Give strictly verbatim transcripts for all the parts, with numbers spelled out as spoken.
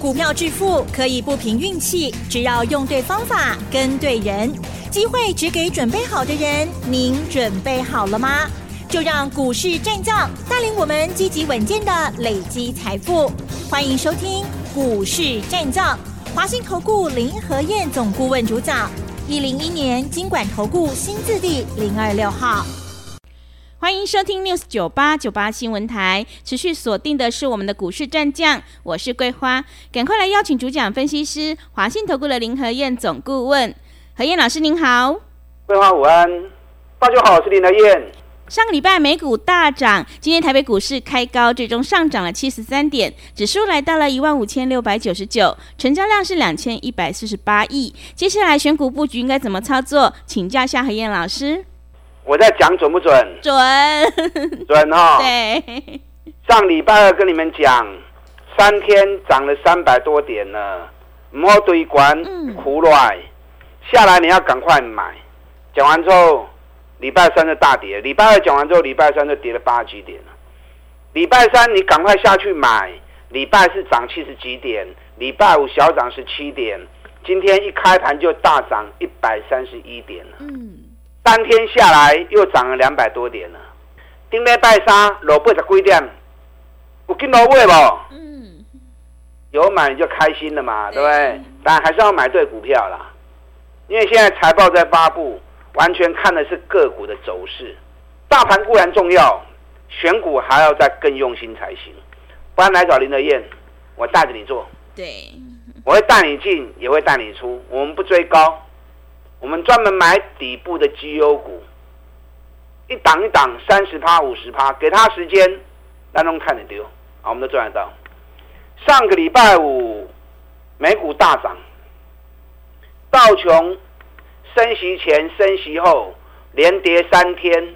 股票致富可以不凭运气，只要用对方法跟对人，机会只给准备好的人。您准备好了吗？就让股市战将带领我们积极稳健的累积财富。欢迎收听股市战将，华信投顾林和彥总顾问主讲，一零一年金管投顾新字第零二六号。 欢迎收听 News 九八九八新闻台，持续锁定的是我们的股市战将，我是桂花，赶快来邀请主讲分析师华信投顾的林和彥总顾问。和彥老师您好。 桂花午安，大家好，我是林和彥。 上个礼拜美股大涨，今天台北股市开高，最终上涨了七十三点，指数来到了一万五千六百九十九，成交量是两千一百四十八亿。接下来选股布局应该怎么操作？请教下和彥老师。 我在讲准不准？ 准， 准哈。 对， 上礼拜二跟你们讲，三天涨了三百多点了，唔好堆关苦乱，下来你要赶快买。讲完之后，礼拜三就大跌，礼拜二讲完之后，礼拜三就跌了八十几点了。礼拜三你赶快下去买，礼拜四涨七十几点，礼拜五小涨十七点，今天一开盘就大涨一百三十一点了。嗯。当天下来又涨了两百多点了，顶礼拜三落八十几点，有进落位不？嗯，有买你就开心了嘛，对不对？当然还是要买对股票啦，因为现在财报在发布，完全看的是个股的走势。大盘固然重要，选股还要再更用心才行。不然来找林和彥，我带着你做，对，我会带你进，也会带你出，我们不追高。我们专门买底部的绩优股，一档一档三十趴、五十趴，给他时间，那弄看得丢，好，我们都赚得到。上个礼拜五，美股大涨，道琼升息前、升息后连跌三天，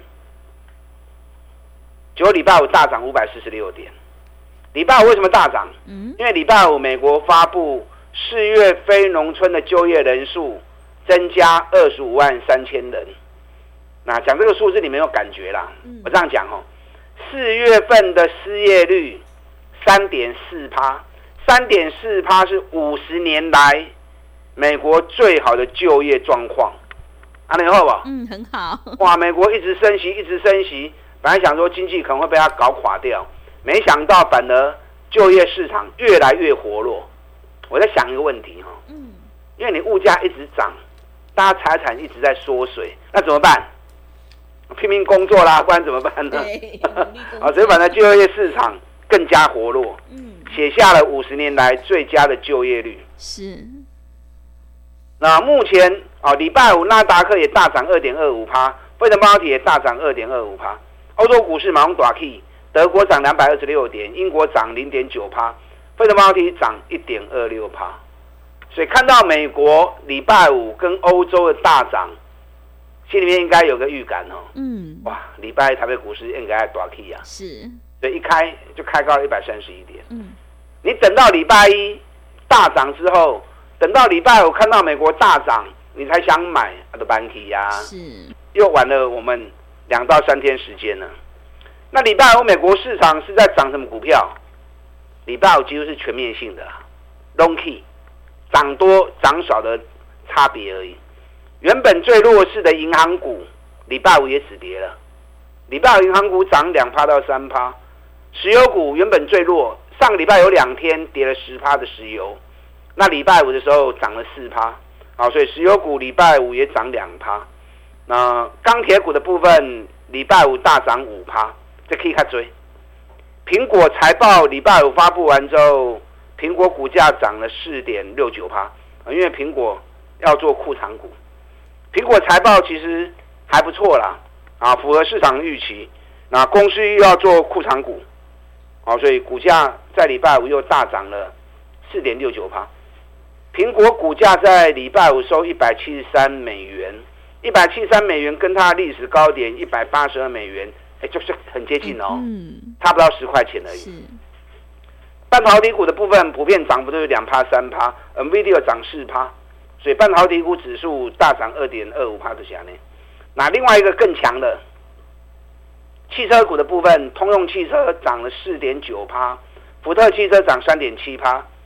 结果礼拜五大涨五百四十六点。礼拜五为什么大涨？嗯，因为礼拜五美国发布四月非农村的就业人数。增加二十五万三千人，那讲这个数字你没有感觉啦。嗯、我这样讲哦，四月份的失业率三点四趴，三点四趴是五十年来美国最好的就业状况。啊，你好不好？ 嗯，很好。 哇，美国一直升息，一直升息，本来想说经济可能会被它搞垮掉，没想到反而就业市场越来越活络。我在想一个问题哈，嗯，因为你物价一直涨。大家财产一直在缩水，那怎么办？拼命工作啦，不然怎么办呢？啊，所以反正就业市场更加活络，嗯，写下了五十年来最佳的就业率。是。那目前啊，礼拜五纳达克也大涨二点二五趴，费城半导体也大涨二点二五趴，欧洲股市马上大起，德国涨两百二十六点，英国涨零点九趴，费城半导体涨一点二六趴。所以看到美国礼拜五跟欧洲的大涨，心里面应该有个预感哦。嗯，哇，礼拜台北股市应该大起啊。是，所以一开就开高了一百三十一点。嗯，你等到礼拜一大涨之后，等到礼拜五看到美国大涨，你才想买，它的板起呀。是，又晚了我们两到三天时间了。那礼拜五美国市场是在涨什么股票？礼拜五几乎是全面性的啦 ，long key。涨多涨少的差别而已。原本最弱势的银行股，礼拜五也止跌了。礼拜五银行股涨两趴到三趴。石油股原本最弱，上个礼拜有两天跌了十趴的石油，那礼拜五的时候涨了四趴。好，所以石油股礼拜五也涨两趴。那钢铁股的部分，礼拜五大涨五趴，这可以看追。苹果财报礼拜五发布完之后。苹果股价涨了 四点六九趴，因为苹果要做库藏股。苹果财报其实还不错啦，啊，符合市场预期。那公司又要做库藏股，啊，所以股价在礼拜五又大涨了 四点六九趴。苹果股价在礼拜五收一百七十三美元，一百七十三美元跟它的历史高点一百八十二美元，哎，就是很接近哦，嗯，差不到十块钱而已。是。半导体股的部分普遍涨幅都有两趴、三趴 ，N V I D I A 涨四趴，所以半导体股指数大涨二点二五趴的下呢。那另外一个更强的汽车股的部分，通用汽车涨了四点九趴，福特汽车涨三点七趴，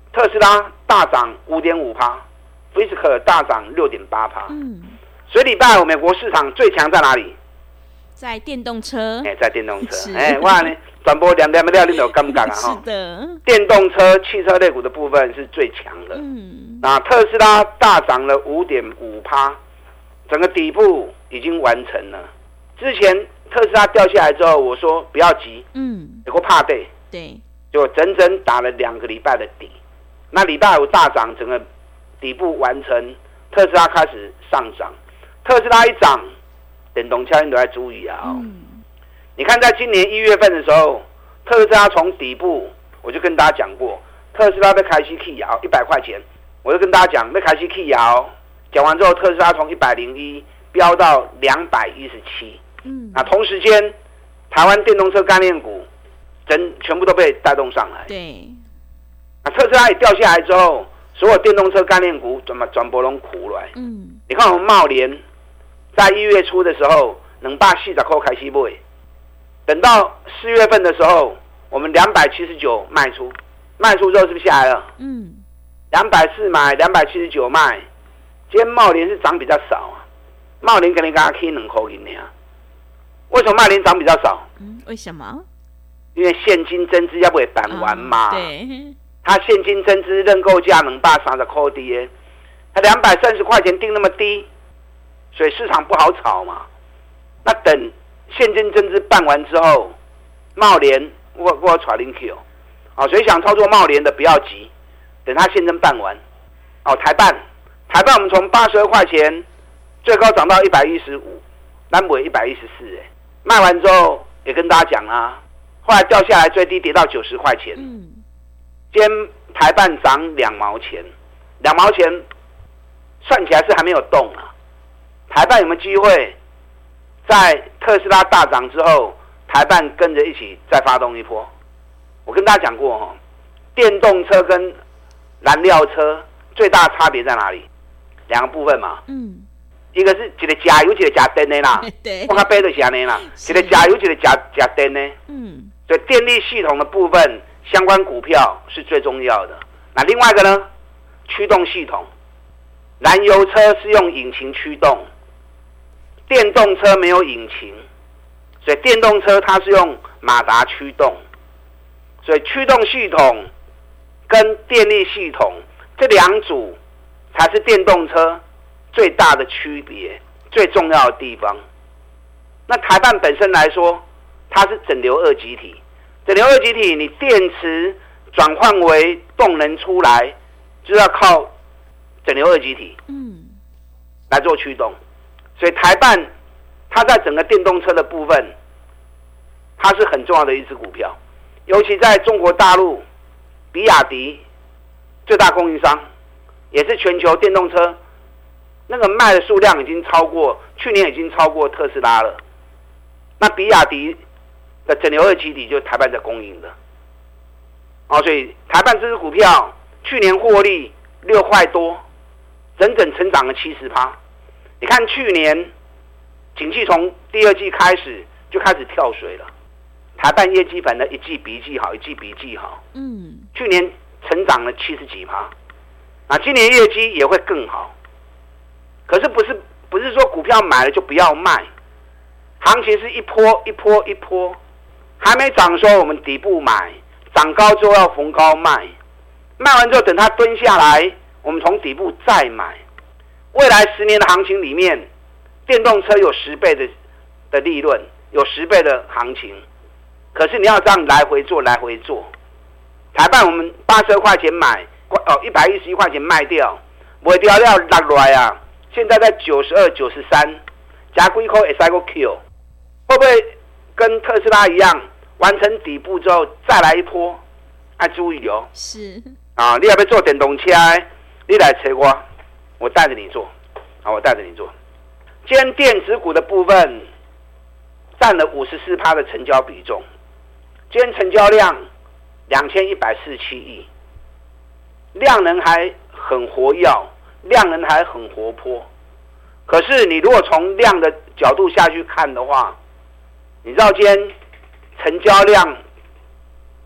特斯拉大涨 五点五趴， Fisker 大涨 六点八趴。 嗯， 所以礼拜五美国市场最强在哪里？ 在电动车。 哎，在电动车。哎，我看呢，转播两两料，你有感觉啊？ 是的， 电动车、汽车类股的部分是最强的。 嗯， 那特斯拉大涨了 五点五趴， 整个底部已经完成了。之前特斯拉掉下来之后，我说不要急， 嗯， 有个怕对， 对， 就整整打了两个礼拜的底。那礼拜五大涨，整个底部完成，特斯拉开始上涨。特斯拉一涨，电动车你都要注意啊、哦嗯！ 你看，在今年一月份的时候，特斯拉从底部，我就跟大家讲过，特斯拉被开始起摇一百块钱，我就跟大家讲被开始起摇。讲完之后，特斯拉从一百零一飙到两百一十七。 嗯， 那同时间，台湾电动车概念股整全部都被带动上来。 对。 那特斯拉一掉下来之后，所有电动车概念股怎么转播拢苦来？ 嗯， 你看我们茂联在一月初的时候，能把四十块开始买，等到四月份的时候，我们两百七十九卖出，卖出之后是不是下来了？ 嗯， 两百四买，两百七十九卖。今天茂联是涨比较少啊，茂联可能刚刚起两块银呢。为什么茂联涨比较少？ 嗯，为什么？ 因为现金增资要不会办完嘛。 嗯、对。 它现金增资认购价两百三十块低，它两百三十块钱定那么低，所以市场不好炒嘛。那等现金增资办完之后，茂联我我传您 Q， 哦，所以想操作茂联的不要急，等它现增办完。哦，台办台办我们从八十二块钱最高涨到一百一十五，南北一百一十四，哎，卖完之后也跟大家讲啊，后来掉下来最低跌到九十块钱。 嗯。 今天台办涨两毛钱，两毛钱算起来是还没有动啊。台办有没有机会在特斯拉大涨之后，台办跟着一起再发动一波？我跟大家讲过哈，电动车跟燃料车最大差别在哪里？两个部分嘛。嗯。一个是一个加油，一个加电的啦。 对。 我较背就是安尼啦，一个加油，一个加加电的。嗯。所以电力系统的部分。相关股票是最重要的。那另外一个呢？驱动系统，燃油车是用引擎驱动，电动车没有引擎，所以电动车它是用马达驱动。所以驱动系统跟电力系统这两组才是电动车最大的区别，最重要的地方。那台办本身来说，它是整流二极体。整流二极体，你电池转换为动能出来，就要靠整流二极体，嗯，来做驱动。所以台办它在整个电动车的部分，它是很重要的一支股票。尤其在中国大陆，比亚迪最大供应商，也是全球电动车那个卖的数量已经超过去年已经超过特斯拉了。那比亚迪的整流二极体就是台办在供应的，哦，所以台办这支股票去年获利六块多，整整成长了七十趴。你看去年景气从第二季开始就开始跳水了，台办业绩反正一季比一季好，一季比一季好。嗯，去年成长了七十几趴，那今年业绩也会更好。可是不是不是说股票买了就不要卖，行情是一波一波一波。还没涨的时候我们底部买，涨高之后要逢高卖，卖完之后等它蹲下来，我们从底部再买。未来十年的行情里面，电动车有十倍的的利润，有十倍的行情。可是你要这样来回做，来回做。台办我们八十二块钱买，哦一百一十一块钱卖掉，卖掉要落来啊！现在在九十二、九十三，加几块会使个 Q， 会不会跟特斯拉一样，完成底部之后再来一波？要注意哦。 是啊，你要不要做电动车？你来找我，我带着你做。啊，我带着你做。今天电子股的部分占了五十四趴的成交比重，今天成交量两千一百四十七亿，量能还很活跃，量能还很活泼。可是你如果从量的角度下去看的话，你知道今天成交量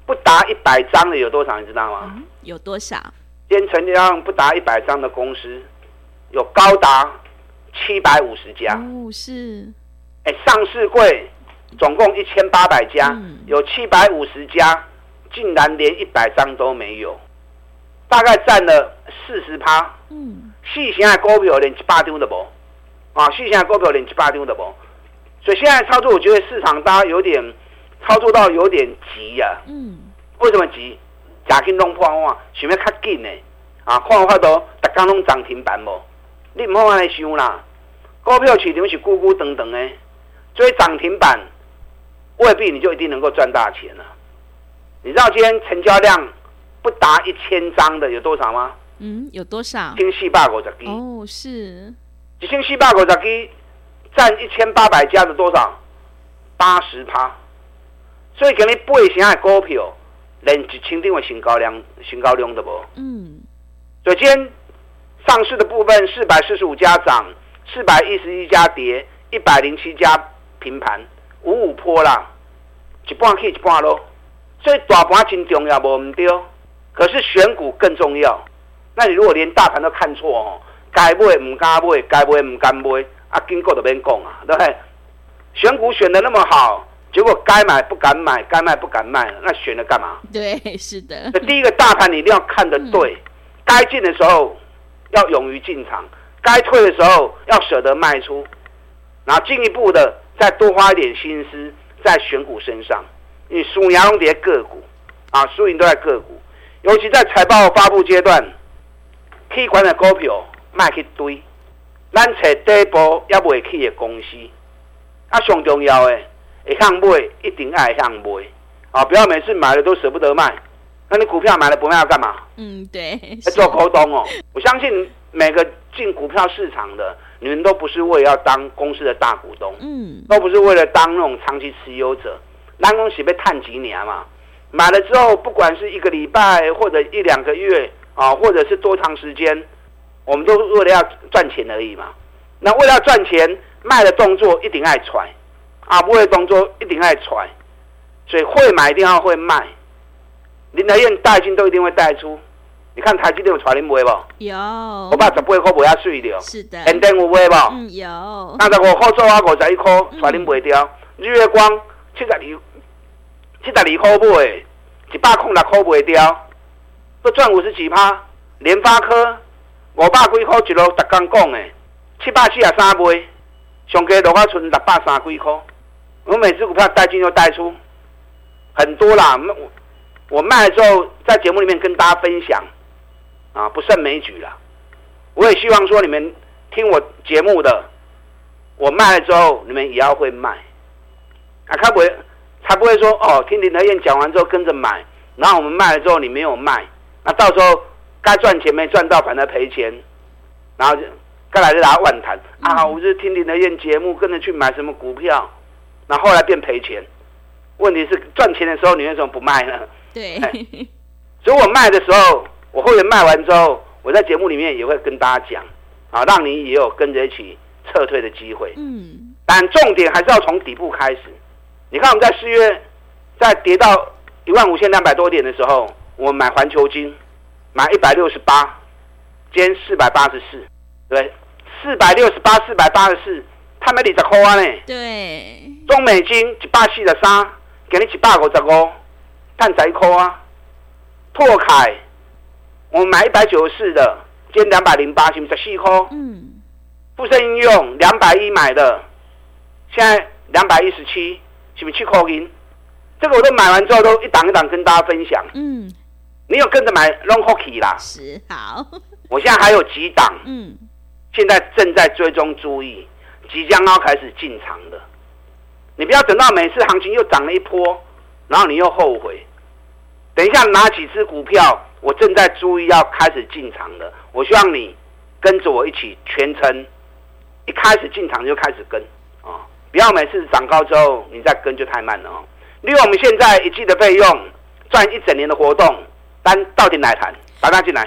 不达一百张的有多少？你知道吗？ 嗯、有多少？ 今天成交量不达一百张的公司，有高达七百五十家。 哦，是。 哎，上市柜总共一千八百家， 嗯、 有七百五十家，竟然连一百张都没有，大概占了四十趴。嗯，细型的股票连一百张都没，啊，细型的股票连一百张都没。所以现在操作，我觉得市场大家有点操作到有点急呀、啊。嗯，为什么急？假紧弄破哇，想要较紧呢？啊，看有法度，逐天拢涨停板无？你唔好安尼想啦。股票市场是咕咕等等的，追涨停板未必你就一定能够赚大钱了。你知道今天成交量不达一千张的有多少吗？ 嗯，有多少？ 一千四百五十支。 哦，是。 一千四百五十支。占一千八百家的多少？八十趴，所以给你八成的股票，连一千张的成交量、成交量都无。嗯，所以今天上市的部分，四百四十五家涨，四百一十一家跌，一百零七家平盘，五五波啦，一半起一半落。所以大盘真重要，无唔对。可是选股更重要。那你如果连大盘都看错哦，该买唔敢买，该买唔敢买。啊，经过就免讲啊，对不对？选股选的那么好，结果该买不敢买，该卖不敢卖，那选了干嘛？ 对，是的。 第一个大盘你一定要看得对，该、嗯、进的时候要勇于进场，该退的时候要舍得卖出，然后进一步的再多花一点心思在选股身上。因为输赢都在个股啊，输赢都在个股，尤其在财报发布阶段，去管的股票卖去堆。咱找底部也未起的公司，啊，上重要的，会向买一定爱向买，啊，不要每次买了都舍不得卖。那你股票买了不卖要干嘛？ 嗯，对， 要做股东哦。我相信每个进股票市场的，你们都不是为了要当公司的大股东，嗯，都不是为了当那种长期持有者。咱公司被探几年嘛，买了之后，不管是一个礼拜或者一两个月啊，或者是多长时间。我们都是为了要赚钱而已嘛。那为了要赚钱，卖的动作一定爱踹，啊，买的动作一定爱踹，所以会买一定要会卖。林德燕带进都一定会带出。你看台积电有踹恁买不？ 有。 我把十八块卖下水了。 是的。 联电有买不？ 嗯，有。 三十五块做啊，五十一块踹恁卖掉。日月光七十二，七十二块买，一百空六块卖掉，都赚五十几趴。联发科。五百几块一路，逐天讲的，七百四十三卖，上加落啊剩六百三几块。我每支股票带进又带出，很多啦。我卖了之后，在节目里面跟大家分享，啊，不胜枚举啦。我也希望说你们听我节目的，我卖了之后，你们也要会卖，啊，才不会才不会说哦，听林德燕讲完之后跟着买，然后我们卖了之后你没有卖，那到时候。该赚钱没赚到，反而赔钱，然后该来就拿万谈、嗯、啊！我是听林德燕节目，跟着去买什么股票，然后后来变赔钱。问题是赚钱的时候，你为什么不卖呢？ 对。 所以我卖的时候，我会员卖完之后，我在节目里面也会跟大家讲，啊，让你也有跟着一起撤退的机会。嗯。但重点还是要从底部开始。你看我们在四月，在跌到一万五千两百多点的时候，我们买环球金。买一百六十八，今天四百八十四，对，四百六十八，四百八十四，他们二十块啊呢。 对。 中美金一百四十三，给你一百五十五，赚十一块啊。拓凯，我们买一百九十四的，今天两百零八，是不是十四块？嗯。富盛应用两百一买的，现在两百一十七，是不是七块银？这个我都买完之后，都一档一档跟大家分享。嗯。你有跟着买 long hockey 啦？ 是好。 我现在还有几档，嗯，现在正在追踪注意，即将要开始进场的。你不要等到每次行情又涨了一波，然后你又后悔。等一下拿几只股票，我正在注意要开始进场的。我希望你跟着我一起全程，一开始进场就开始跟啊、哦，不要每次涨高之后你再跟就太慢了哦。利用我们现在一季的费用赚一整年的活动。单到底来谈，打他进来。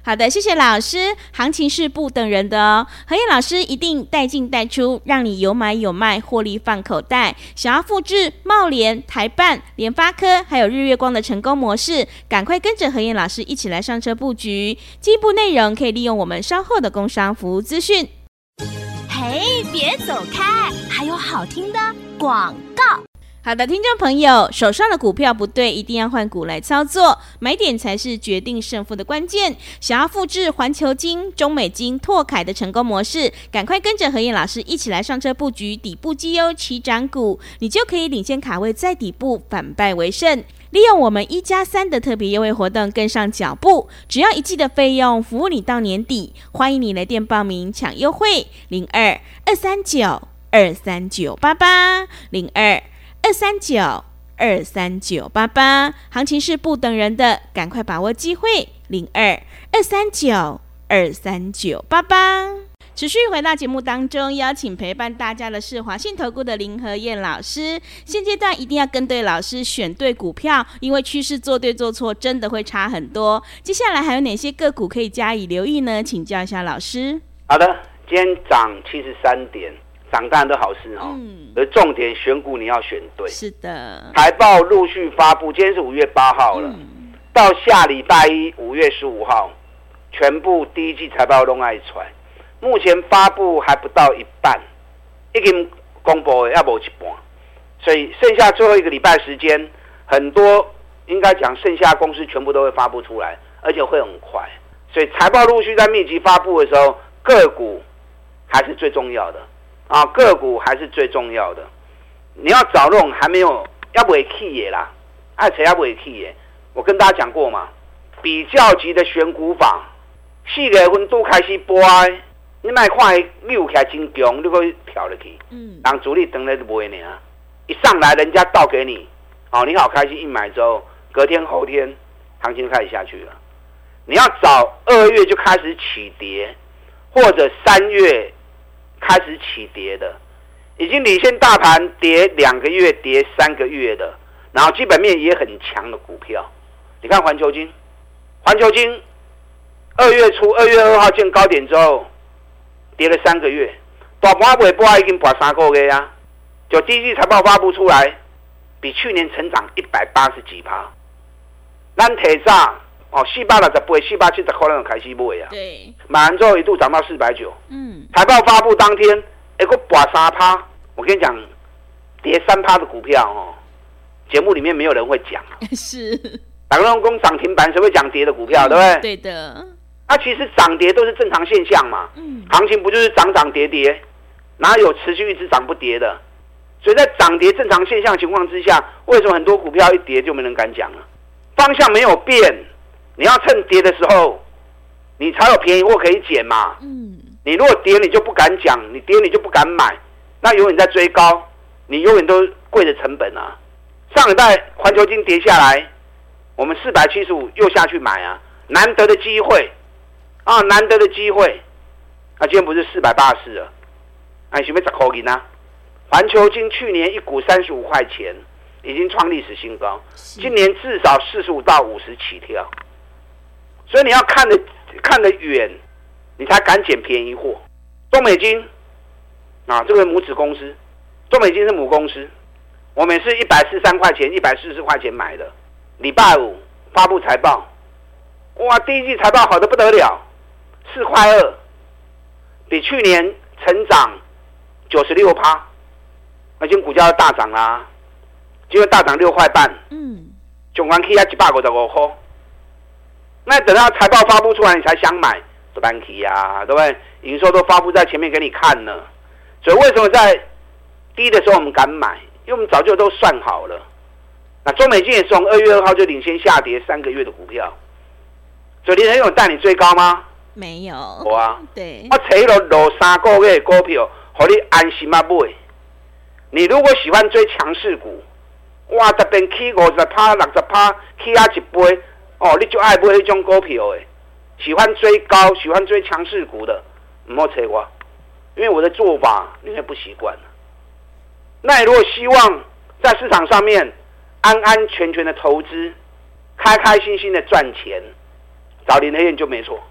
好的，谢谢老师。行情是不等人的哦，和燕老师一定带进带出，让你有买有卖，获利放口袋。想要复制茂联、台办、联发科还有日月光的成功模式，赶快跟着和燕老师一起来上车布局。进一步内容可以利用我们稍后的工商服务资讯。 嘿，别走开，还有好听的广告。 好的，听众朋友，手上的股票不对，一定要换股来操作，买点才是决定胜负的关键。想要复制环球金、中美金、拓凯的成功模式，赶快跟着和燕老师一起来上车布局底部绩优起涨股，你就可以领先卡位在底部，反败为胜。利用我们一加三的特别优惠活动，跟上脚步，只要一季的费用，服务你到年底。欢迎你来电报名抢优惠，零二二三九二三九八八零二。二三九二三九八八，行情是不等人的，赶快把握机会。零二二三九二三九八八。持续回到节目当中，邀请陪伴大家的是华信投顾的林和燕老师。现阶段一定要跟对老师，选对股票，因为趋势做对做错真的会差很多。接下来还有哪些个股可以加以留意呢？请教一下老师。 好的，今天涨七十三点。涨当然都好事哦，嗯，而重点选股你要选对。 是的， 财报陆续发布，今天是五月八号了，嗯，到下礼拜一五月十五号，全部第一季财报都爱出来。目前发布还不到一半，已经公布的要不一半，所以剩下最后一个礼拜时间，很多应该讲剩下公司全部都会发布出来，而且会很快。所以财报陆续在密集发布的时候，个股还是最重要的。啊，个股还是最重要的。你要找那种还没有要不会起的啦，爱谁要不会起的。我跟大家讲过嘛，比较级的选股法，四月份都开始播，你卖看溜起来真强，你可以跳入去。嗯，让主力等来就不会呢。一上来人家倒给你，哦，你好开心，一买之后，隔天后天行情就开始下去了。你要找二月就开始起跌，或者三月开始起跌的，已经领先大盘跌两个月、跌三个月的，然后基本面也很强的股票。你看环球金，环球金二月初二月二号见高点之后，跌了三个月，大盘尾波已经跌三个月啊，就第一季财报发布出来，比去年成长一百八十几趴。咱提早哦，四百六十八、四百七十块就开始买啊。 对。 买完之后一度涨到四百九。 嗯。 财报发布当天，哎，个跌三趴。我跟你讲，跌三趴的股票哦，节目里面没有人会讲。 是。 打个龙工涨停板，谁会讲跌的股票，对不对？ 对的。 那、啊、其实涨跌都是正常现象嘛。嗯。行情不就是涨涨跌跌，哪有持续一直涨不跌的？所以在涨跌正常现象情况之下，为什么很多股票一跌就没人敢讲了？方向没有变。你要趁跌的时候，你才有便宜货可以捡嘛。嗯，你如果跌你就不敢讲，你跌你就不敢买，那永远在追高，你永远都贵的成本啊。上礼拜环球金跌下来，我们四百七十五又下去买啊，难得的机会啊，难得的机会。那、啊、今天不是四百八十四了，哎，想要十块钱啊？环球金去年一股三十五块钱，已经创历史新高，今年至少四十五到五十起跳。所以你要看得看得远，你才敢捡便宜货。中美金啊，这个母子公司，中美金是母公司，我们是一百四十三块钱、一百四十四块钱买的。礼拜五发布财报，哇，第一季财报好得不得了，四块二，比去年成长九十六趴，而且股价大涨啦，今天大涨六块半，嗯，总关起啊一百五十五块。那等到财报发布出来，你才想买，都搬起啊，对不对？营收都发布在前面给你看了，所以为什么在低的时候我们敢买？因为我们早就都算好了。那中美金也是从二月二号就领先下跌三个月的股票，所以林人有带你追高吗？ 没有。 有啊。 对。 我找了落三个月的股票，让你安心啊买。你如果喜欢追强势股，哇，特别起五十趴、六十趴，起啊一倍。哦，你就爱买那种股票诶，喜欢追高、喜欢追强势股的，不要找我，因为我的做法你会不习惯。那你如果希望在市场上面安安全全的投资，开开心心的赚钱，找林和燕就没错。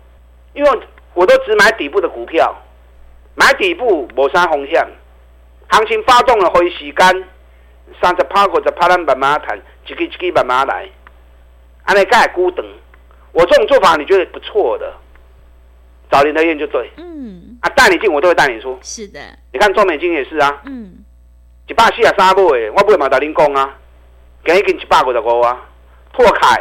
因为我都只买底部的股票，买底部没啥风险。行情发动的回时间，三十趴或者趴咱慢慢谈，一支一支慢慢来，安尼才会久长。我这种做法你觉得不错的，找林德燕就对。嗯。啊，带你进我都会带你出。 是的。 你看中美金也是啊。 嗯。 一百四十三买的，我买嘛甲恁讲啊，今已经一百五十五啊，拓开，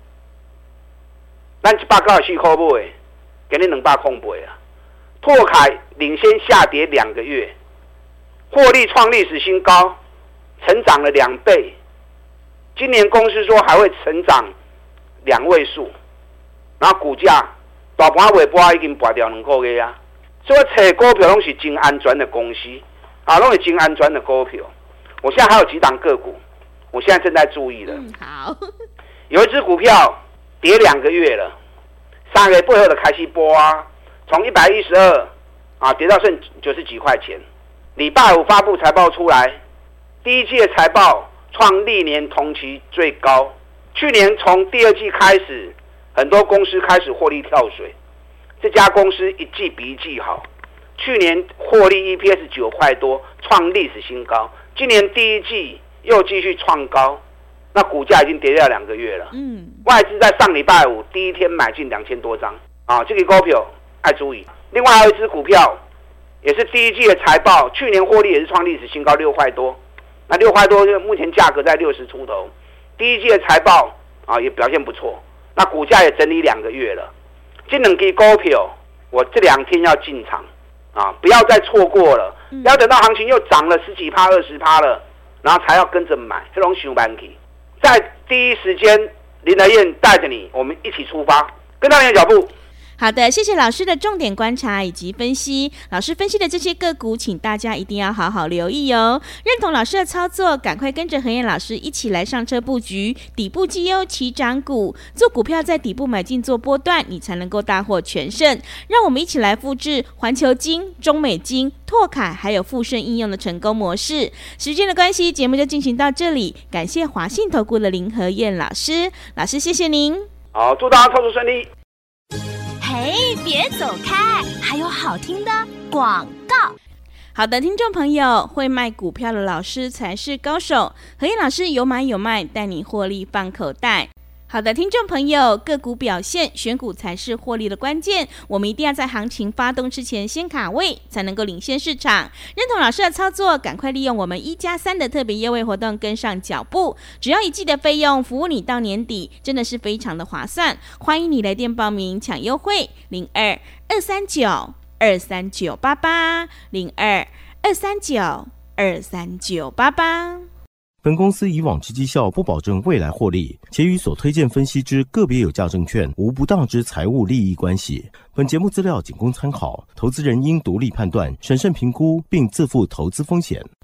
咱一百九十四块买的，今日两百空八啊，拓开领先下跌两个月，获利创历史新高，成长了两倍。今年公司说还会成长两位数，然后股价大盘尾波已经拔掉两个月啊，所以我找股票拢是真安全的公司。啊，拢是真安全的股票。我现在还有几档个股，我现在正在注意了。 嗯，好。 有一只股票跌两个月了，三个月背后的开始波啊，从一百一十二啊跌到剩九十几块钱。礼拜五发布财报出来，第一季的财报创历年同期最高。去年从第二季开始，很多公司开始获利跳水，这家公司一季比一季好。去年获利 E P S 九块多，创历史新高。今年第一季又继续创高，那股价已经跌掉两个月了。嗯，外资在上礼拜五第一天买进两千多张啊，这个股票要注意。另外还有一只股票，也是第一季的财报，去年获利也是创历史新高，六块多。那六块多目前价格在六十出头，第一季的财报啊也表现不错，那股价也整理两个月了。这两支股票，我这两天要进场。啊！不要再错过了，嗯、要等到行情又涨了十几趴、二十趴了，然后才要跟着买，这种想慢去。在第一时间，林德燕带着你，我们一起出发，跟上你的脚步。 好的，谢谢老师的重点观察以及分析。老师分析的这些个股，请大家一定要好好留意哦。认同老师的操作，赶快跟着何燕老师一起来上车布局底部绩优起涨股。做股票在底部买进做波段，你才能够大获全胜。让我们一起来复制环球金、中美金、拓凯还有富盛应用的成功模式。时间的关系，节目就进行到这里。感谢华信投顾的林何燕老师，老师谢谢您。 好，祝大家操作顺利。 嘿，别走开，还有好听的广告。 好的，听众朋友，会卖股票的老师才是高手。何燕老师有买有卖，带你获利放口袋。好的，听众朋友，个股表现，选股才是获利的关键。我们一定要在行情发动之前先卡位，才能够领先市场。认同老师的操作，赶快利用我们一加三的特别优惠活动跟上脚步。只要一季的费用，服务你到年底，真的是非常的划算。欢迎你来电报名抢优惠，零二二三九二三九八八零二二三九二三九八八。 本公司以往之绩效不保证未来获利，且与所推荐分析之个别有价证券无不当之财务利益关系。本节目资料仅供参考，投资人应独立判断、审慎评估，并自负投资风险。